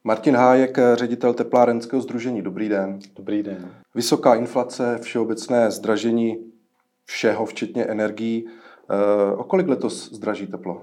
Martin Hájek, ředitel Teplárenského sdružení. Dobrý den. Dobrý den. Vysoká inflace, všeobecné zdražení všeho, včetně energií. O kolik letos zdraží teplo?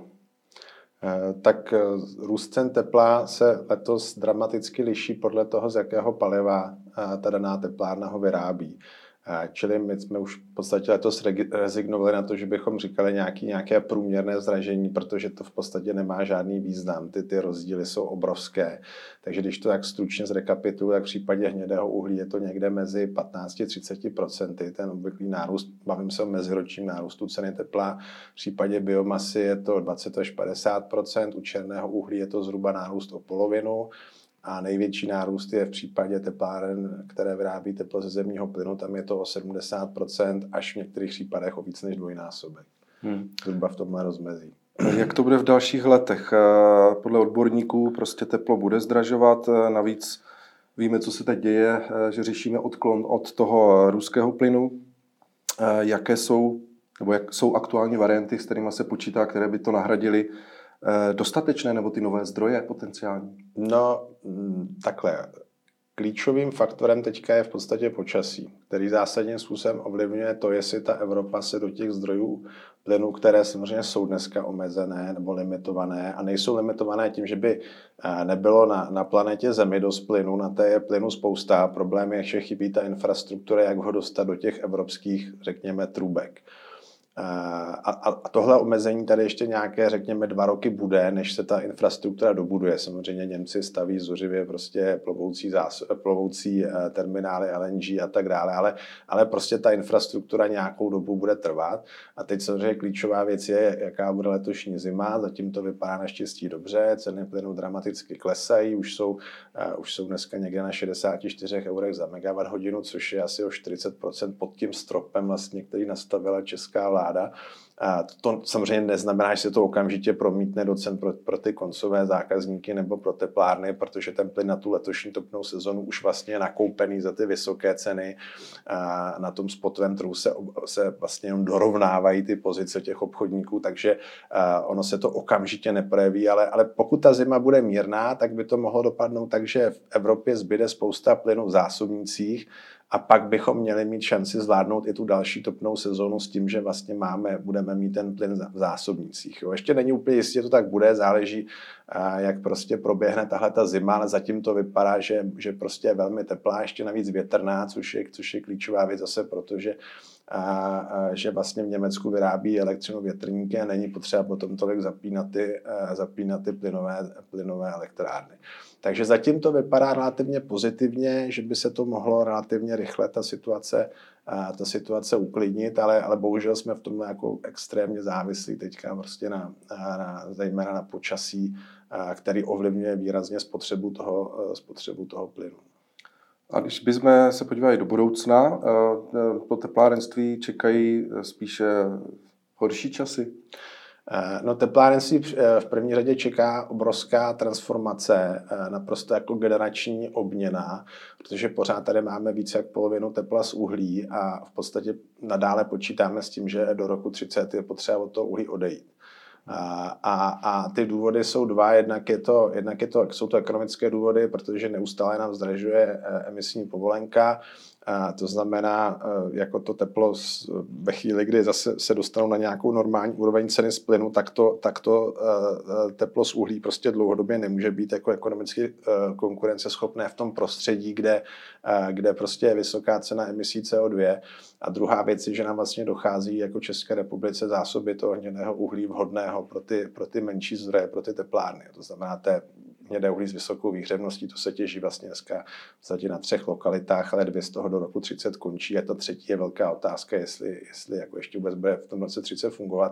Tak růst cen tepla se letos dramaticky liší podle toho, z jakého paliva ta daná teplárna ho vyrábí. Čili my jsme už v podstatě letos rezignovali na to, že bychom říkali nějaké průměrné zdražení, protože to v podstatě nemá žádný význam. Ty rozdíly jsou obrovské. Takže když to tak stručně zrekapituluji, tak v případě hnědého uhlí je to někde mezi 15-30%. Ten obvyklý nárůst, bavím se o meziročním nárůstu ceny tepla. V případě biomasy je to 20 až 50%, u černého uhlí je to zhruba nárůst o polovinu. A největší nárůst je v případě tepláren, které vyrábí teplo ze zemního plynu, tam je to o 70%, až v některých případech o víc než dvojnásobek. Zhruba v tomhle rozmezí. Jak to bude v dalších letech? Podle odborníků prostě teplo bude zdražovat, navíc víme, co se teď děje, že řešíme odklon od toho ruského plynu. Jaké jsou, nebo jak jsou aktuální varianty, s kterými se počítá, které by to nahradily? Dostatečné nebo ty nové zdroje potenciální? No, takhle. Klíčovým faktorem teďka je v podstatě počasí, který zásadním způsobem ovlivňuje to, jestli ta Evropa se do těch zdrojů plynu, které samozřejmě jsou dneska omezené nebo limitované a nejsou limitované tím, že by nebylo na planetě Zemi dost plynu, na té je plynu spousta. Problém je, že chybí ta infrastruktura, jak ho dostat do těch evropských, řekněme, trubek. A tohle omezení tady ještě nějaké, řekněme, 2 roky bude, než se ta infrastruktura dobuduje. Samozřejmě Němci staví zuřivě prostě plovoucí terminály LNG a tak dále, ale prostě ta infrastruktura nějakou dobu bude trvat. A teď samozřejmě klíčová věc je, jaká bude letošní zima. Zatím to vypadá naštěstí dobře, ceny plynu dramaticky klesají, už jsou dneska někde na 64 eurech za megawatt hodinu, což je asi o 40% pod tím stropem, vlastně, který nastavila česká vláda. A to samozřejmě neznamená, že se to okamžitě promítne do cen pro ty koncové zákazníky nebo pro teplárny, protože ten plyn na tu letošní topnou sezonu už vlastně je nakoupený za ty vysoké ceny. A na tom spotovém trhu se vlastně jenom dorovnávají ty pozice těch obchodníků, takže ono se to okamžitě neprojeví, ale pokud ta zima bude mírná, tak by to mohlo dopadnout tak, že v Evropě zbyde spousta plynu v zásobnících a pak bychom měli mít šanci zvládnout i tu další topnou sezónu s tím, že vlastně budeme mít ten plyn v zásobnících. Jo. Ještě není úplně jistě, to tak bude, záleží, jak prostě proběhne tahle ta zima, ale zatím to vypadá, že prostě je velmi teplá, ještě navíc větrná, což je klíčová věc zase, protože že vlastně v Německu vyrábí elektřinu větrníky a není potřeba potom tolik zapínat ty plynové elektrárny. Takže zatím to vypadá relativně pozitivně, že by se to mohlo relativně rychle ta situace uklidnit, ale bohužel jsme v tom jako extrémně závislí teďka prostě zejména na počasí, který ovlivňuje výrazně spotřebu toho plynu. A když bychom se podívali do budoucna, po teplárenství čekají spíše horší časy? No, teplárenství v první řadě čeká obrovská transformace, naprosto jako generační obměna, protože pořád tady máme více jak polovinu tepla z uhlí a v podstatě nadále počítáme s tím, že do roku 30 je potřeba od toho uhlí odejít. A ty důvody jsou 2. Jednak jsou to ekonomické důvody, protože neustále nám zdražuje emisní povolenka. To znamená, jako to teplo ve chvíli, kdy zase se dostanou na nějakou normální úroveň ceny z plynu, tak to teplo z uhlí prostě dlouhodobě nemůže být jako ekonomicky konkurenceschopné v tom prostředí, kde prostě je vysoká cena emisí CO2. A druhá věc je, že nám vlastně dochází jako České republice zásoby toho hnědého uhlí vhodného pro ty menší zdroje, pro ty teplárny. To znamená, hnědé uhlí s vysokou výhřevností, to se těží vlastně dneska na 3 lokalitách, ale 2 z toho do roku 30 končí a ta třetí je velká otázka, jestli jako ještě vůbec bude v tom roce 30 fungovat.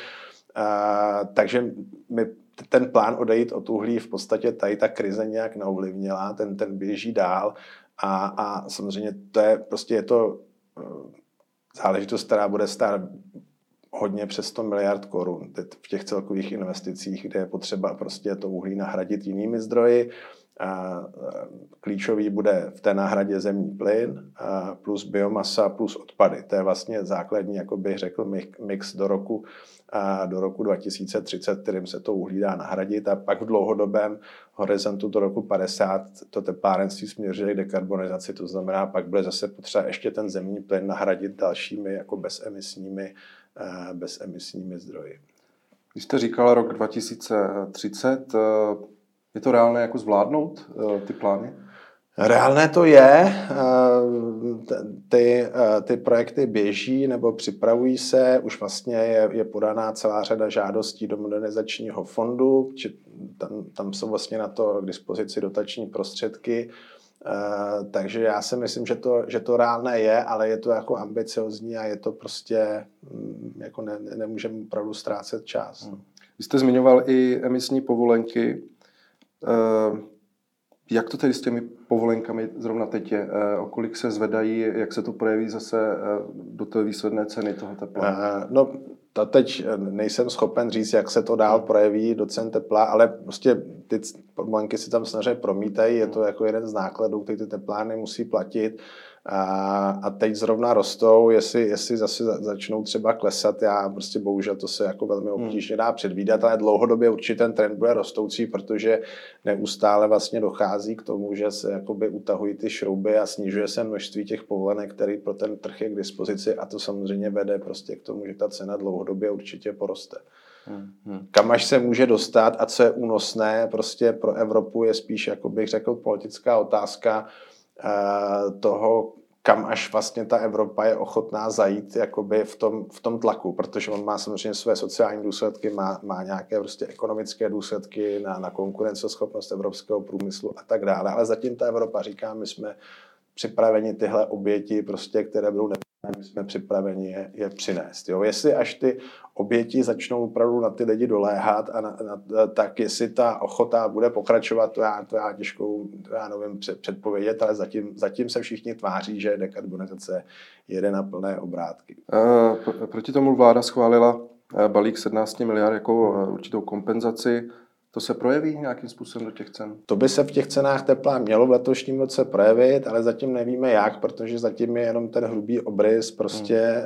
Takže ten plán odejít od uhlí v podstatě tady ta krize nějak neovlivnila, ten běží dál a samozřejmě je to záležitost, která bude stát hodně přes 100 miliard korun v těch celkových investicích, kde je potřeba prostě to uhlí nahradit jinými zdroji. Klíčový bude v té náhradě zemní plyn plus biomasa plus odpady. To je vlastně základní, jako bych řekl, mix do roku 2030, kterým se to uhlí dá nahradit, a pak v dlouhodobém horizontu do roku 50 to teplárenství směřuje k dekarbonizaci, to znamená, pak bude zase potřeba ještě ten zemní plyn nahradit dalšími jako bezemisními zdroji. Když jste říkal rok 2030, je to reálné jako zvládnout ty plány? Reálné to je, ty projekty běží nebo připravují se, už vlastně je podaná celá řada žádostí do modernizačního fondu, tam jsou vlastně na to k dispozici dotační prostředky, takže já si myslím, že to reálné je, ale je to jako ambiciozní a je to prostě, jako nemůžeme opravdu ztrácet čas. Vy jste zmiňoval i emisní povolenky. Jak to tedy s těmi povolenkami zrovna teď je? O kolik se zvedají, jak se to projeví zase do té výsledné ceny toho tepla? No, to teď nejsem schopen říct, jak se to dál projeví do cen tepla, ale prostě ty povolenky si tam samozřejmě promítají, je to jako jeden z nákladů, který ty teplárny musí platit. A teď zrovna rostou, jestli zase začnou třeba klesat, já prostě bohužel to se jako velmi obtížně dá předvídat, ale dlouhodobě určitě ten trend bude rostoucí, protože neustále vlastně dochází k tomu, že se jakoby utahují ty šrouby a snižuje se množství těch povolenek, který pro ten trh je k dispozici, a to samozřejmě vede prostě k tomu, že ta cena dlouhodobě určitě poroste. Kam až se může dostat a co je únosné prostě pro Evropu, je spíš, jako bych řekl, politická otázka toho, kam až vlastně ta Evropa je ochotná zajít jakoby v tom tlaku, protože on má samozřejmě své sociální důsledky, má nějaké prostě ekonomické důsledky na konkurenceschopnost evropského průmyslu a tak dále, ale zatím ta Evropa říká, my jsme připraveni tyhle oběti, prostě, které budou my jsme připraveni je přinést. Jo? Jestli až ty oběti začnou opravdu na ty lidi doléhat, tak jestli ta ochota bude pokračovat, to já těžko nevím předpovědět, ale zatím se všichni tváří, že dekarbonizace jede na plné obrátky. Proti tomu vláda schválila balík 17 miliard jako určitou kompenzaci. To se projeví nějakým způsobem do těch cen? To by se v těch cenách tepla mělo v letošním roce projevit, ale zatím nevíme jak, protože zatím je jenom ten hrubý obrys, prostě,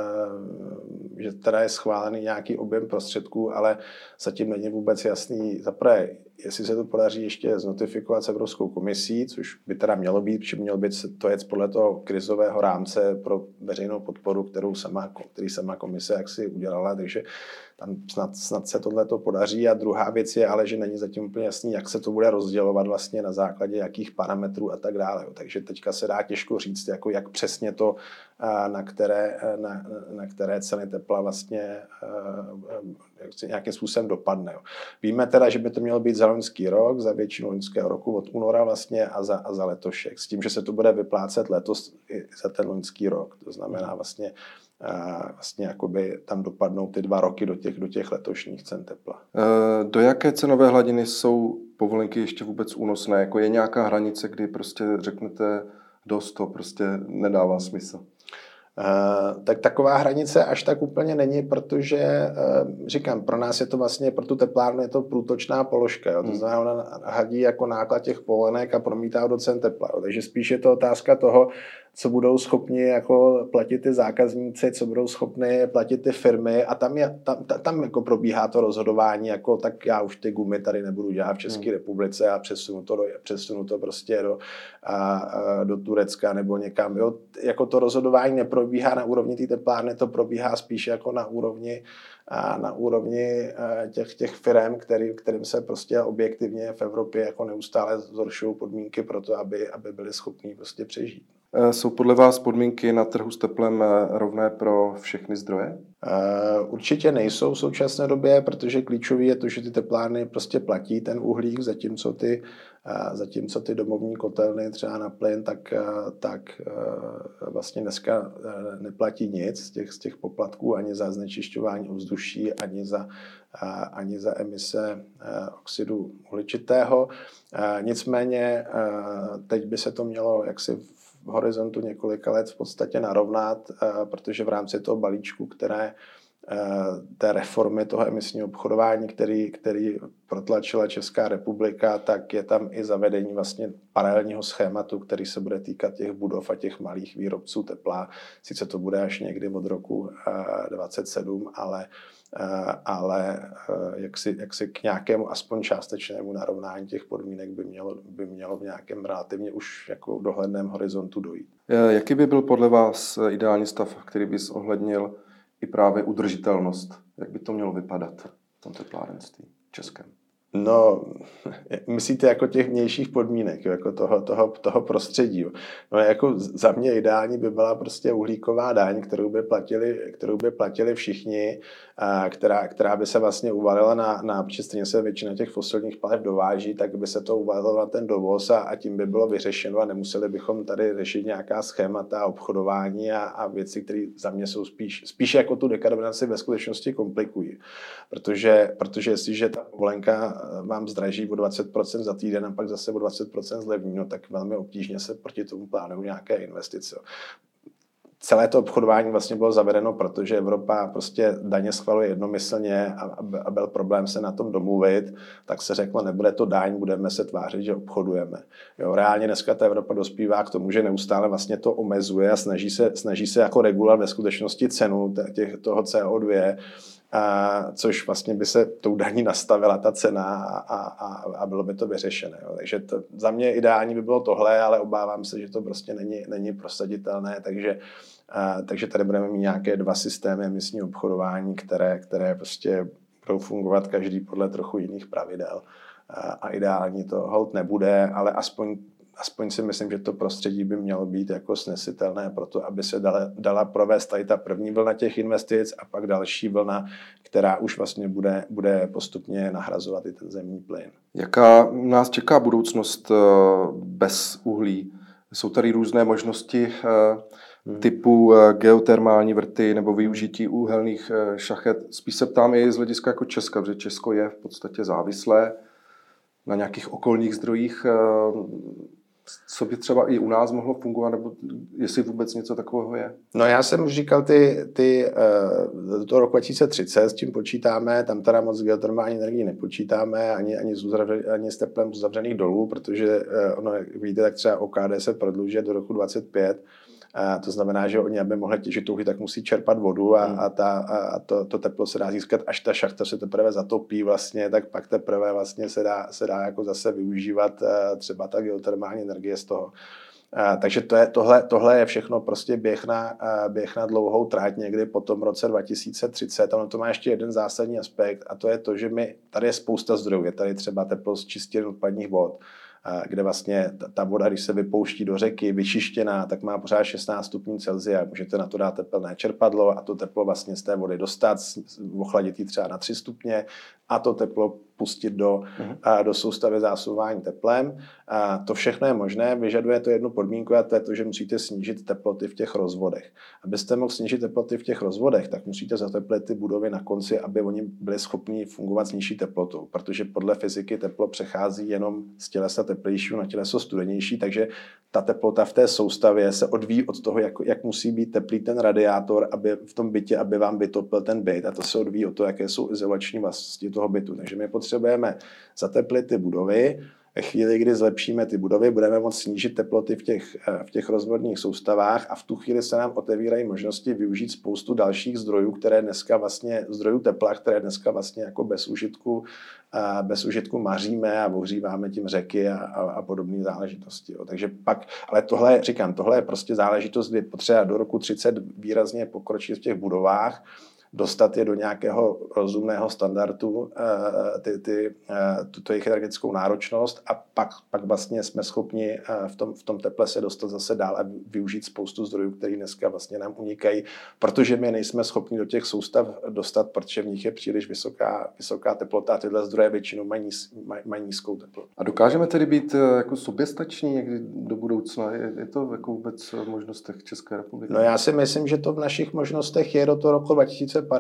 že teda je schválený nějaký objem prostředků, ale zatím není vůbec jasný, zaprvé, jestli se to podaří ještě znotifikovat s Evropskou komisí, což by teda mělo být, protože mělo být to jet podle toho krizového rámce pro veřejnou podporu, který sama komise jaksi udělala, takže tam snad se tohleto podaří. A druhá věc je ale, že není zatím úplně jasný, jak se to bude rozdělovat vlastně na základě jakých parametrů a tak dále. Takže teďka se dá těžko říct, jako jak přesně to, na které ceny tepla vlastně nějakým způsobem dopadne. Víme teda, že by to mělo být za loňský rok, za většinu loňského roku od února vlastně a za letošek. S tím, že se to bude vyplácet letos i za ten loňský rok. To znamená vlastně jakoby tam dopadnou ty 2 roky do těch letošních cen tepla. Do jaké cenové hladiny jsou povolenky ještě vůbec únosné? Jako je nějaká hranice, kdy prostě řeknete dost, to prostě nedává smysl? Tak taková hranice až tak úplně není, protože říkám, pro nás je to vlastně, pro tu teplárnu je to průtočná položka. Jo? To znamená, ona hadí jako náklad těch povolenek a promítá do cen tepla. Jo? Takže spíš je to otázka toho, co budou schopni jako platit ty zákazníci, co budou schopni platit ty firmy, a tam jako probíhá to rozhodování, jako tak já už ty gumy tady nebudu dělat v České republice a přesunu to prostě do Turecka nebo někam. Jo? Jako to rozhodování neprobíhá na úrovni té teplárny, to probíhá spíš jako na úrovni těch firem, kterým se prostě objektivně v Evropě jako neustále zhoršují podmínky pro to, aby byli schopní prostě přežít. Jsou podle vás podmínky na trhu s teplem rovné pro všechny zdroje? Určitě nejsou v současné době, protože klíčový je to, že ty teplárny prostě platí ten uhlík, zatímco ty domovní kotelny třeba na plyn, tak vlastně dneska neplatí nic z těch poplatků ani za znečišťování ovzduší, ani za emise oxidu uhličitého. Nicméně teď by se to mělo jaksi v horizontu několika let v podstatě narovnat, protože v rámci toho balíčku, té reformy toho emisního obchodování, který protlačila Česká republika, tak je tam i zavedení vlastně paralelního schématu, který se bude týkat těch budov a těch malých výrobců tepla. Sice to bude až někdy od roku 2027, ale jaksi k nějakému aspoň částečnému narovnání těch podmínek by mělo v nějakém relativně už jako dohledném horizontu dojít. Jaký by byl podle vás ideální stav, který by zohlednil i právě udržitelnost? Jak by to mělo vypadat v tom teplárenství českém? No, myslíte jako těch vnějších podmínek, jako toho prostředí. Jo. No jako za mě ideální by byla prostě uhlíková daň, kterou by platili všichni, která by se vlastně uvalila na protože se většina těch fosilních paliv dováží, tak by se to uvalilo na ten dovoz a tím by bylo vyřešeno a nemuseli bychom tady řešit nějaká schémata, obchodování a věci, které za mě jsou spíš jako tu dekarbonizaci ve skutečnosti komplikují. Protože jestliže ta povolenka vám zdraží o 20% za týden a pak zase o 20% zlevní, no tak velmi obtížně se proti tomu plánují nějaké investice. Celé to obchodování vlastně bylo zavedeno, protože Evropa prostě daně schvaluje jednomyslně a byl problém se na tom domluvit, tak se řeklo, nebude to daň, budeme se tvářit, že obchodujeme. Jo, reálně dneska ta Evropa dospívá k tomu, že neustále vlastně to omezuje a snaží se jako regulovat ve skutečnosti cenu toho CO2, což vlastně by se tou daní nastavila ta cena a bylo by to vyřešené. Jo. Takže za mě ideální by bylo tohle, ale obávám se, že to prostě není prosaditelné, takže tady budeme mít nějaké dva systémy emisního obchodování, které prostě budou fungovat každý podle trochu jiných pravidel. A ideální to holt nebude, ale aspoň si myslím, že to prostředí by mělo být jako snesitelné pro to, aby se dala provést tady ta první vlna těch investic a pak další vlna, která už vlastně bude postupně nahrazovat i ten zemní plyn. Jaká nás čeká budoucnost bez uhlí? Jsou tady různé možnosti typu geotermální vrty nebo využití úhelných šachet. Spíš se ptám i z hlediska jako Česka, protože Česko je v podstatě závislé na nějakých okolních zdrojích. Co by třeba i u nás mohlo fungovat, nebo jestli vůbec něco takového je? No já jsem už říkal, do toho roku 2030 s tím počítáme, tam teda moc geotermální energii nepočítáme, ani s teplem uzavřených dolů, protože ono, jak víte, tak třeba OKD se prodlužuje do roku 2025. To znamená, že oni, aby mohli těžit uhlí, tak musí čerpat vodu a to teplo se dá získat, až ta šachta se teprve zatopí vlastně, tak pak teprve vlastně se dá jako zase využívat třeba ta geotermální energie z toho. Takže tohle je všechno prostě běh na dlouhou tráť někdy po tom roce 2030. Ono to má ještě jeden zásadní aspekt a to je to, že tady je spousta zdrojů. Je tady třeba teplo z čistin odpadních vod, kde vlastně ta voda, když se vypouští do řeky, vyčištěná, tak má pořád 16 stupňů Celsia. Můžete na to dát tepelné čerpadlo a to teplo vlastně z té vody dostat, ochladit ji třeba na 3 stupně a to teplo pustit do soustavy zásobování teplem. To všechno je možné, vyžaduje to jednu podmínku a to je to, že musíte snížit teploty v těch rozvodech. Abyste mohli snížit teploty v těch rozvodech, tak musíte zateplit ty budovy na konci, aby oni byli schopni fungovat s nižší teplotou, protože podle fyziky teplo přechází jenom z tělesa teplejšího na těleso studenější, takže ta teplota v té soustavě se odvíjí od toho, jak musí být teplý ten radiátor, aby v tom bytě, aby vám vytopil ten byt, a to se odvíjí od toho, jaké jsou izolační vlastnosti toho bytu. Takže my potřebujeme zateplit ty budovy. Ve chvíli, kdy zlepšíme ty budovy, budeme moct snížit teploty v těch rozvodných soustavách a v tu chvíli se nám otevírají možnosti využít spoustu dalších zdrojů, zdrojů tepla, které dneska vlastně jako bez užitku maříme a ohříváme tím řeky a podobné záležitosti. Jo. Takže pak, ale tohle je prostě záležitost, kdy potřeba do roku 30 výrazně pokročit v těch budovách, dostat je do nějakého rozumného standardu, tu jejich energetickou náročnost a pak vlastně jsme schopni v tom teple se dostat zase dál a využít spoustu zdrojů, které dneska vlastně nám unikají, protože my nejsme schopni do těch soustav dostat, protože v nich je příliš vysoká teplota a tyhle zdroje většinou mají nízkou teplotu. A dokážeme tedy být jako soběstační někdy do budoucna? Je to jako vůbec v možnostech České republiky? No já si myslím, že to v našich možnostech je do toho roku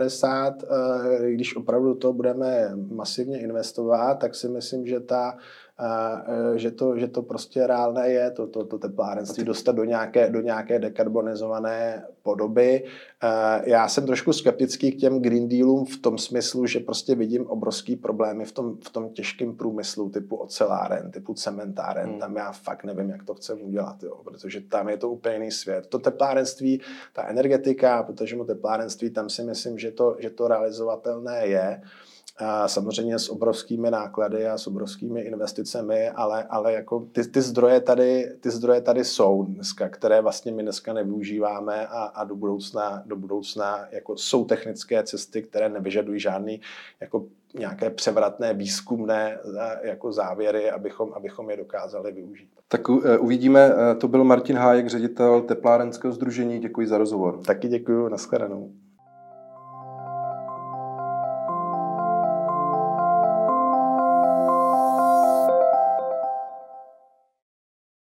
2050, když opravdu to budeme masivně investovat, tak si myslím, že že to prostě reálné je, to teplárenství dostat do nějaké dekarbonizované podoby. Já jsem trošku skeptický k těm Green Dealům v tom smyslu, že prostě vidím obrovský problémy v tom těžkém průmyslu typu oceláren, typu cementáren. Tam já fakt nevím, jak to chceme udělat, jo, protože tam je to úplně jiný svět. To teplárenství, ta energetika, protože teplárenství, tam si myslím, že to realizovatelné je. Samozřejmě s obrovskými náklady a s obrovskými investicemi, ale jako ty zdroje tady jsou dneska, které vlastně my dneska nevyužíváme a do budoucna jako jsou technické cesty, které nevyžadují žádný jako nějaké převratné výzkumné jako závěry, abychom je dokázali využít. Tak uvidíme. To byl Martin Hájek, ředitel Teplárenského sdružení. Děkuji za rozhovor. Taky děkuji, nashledanou.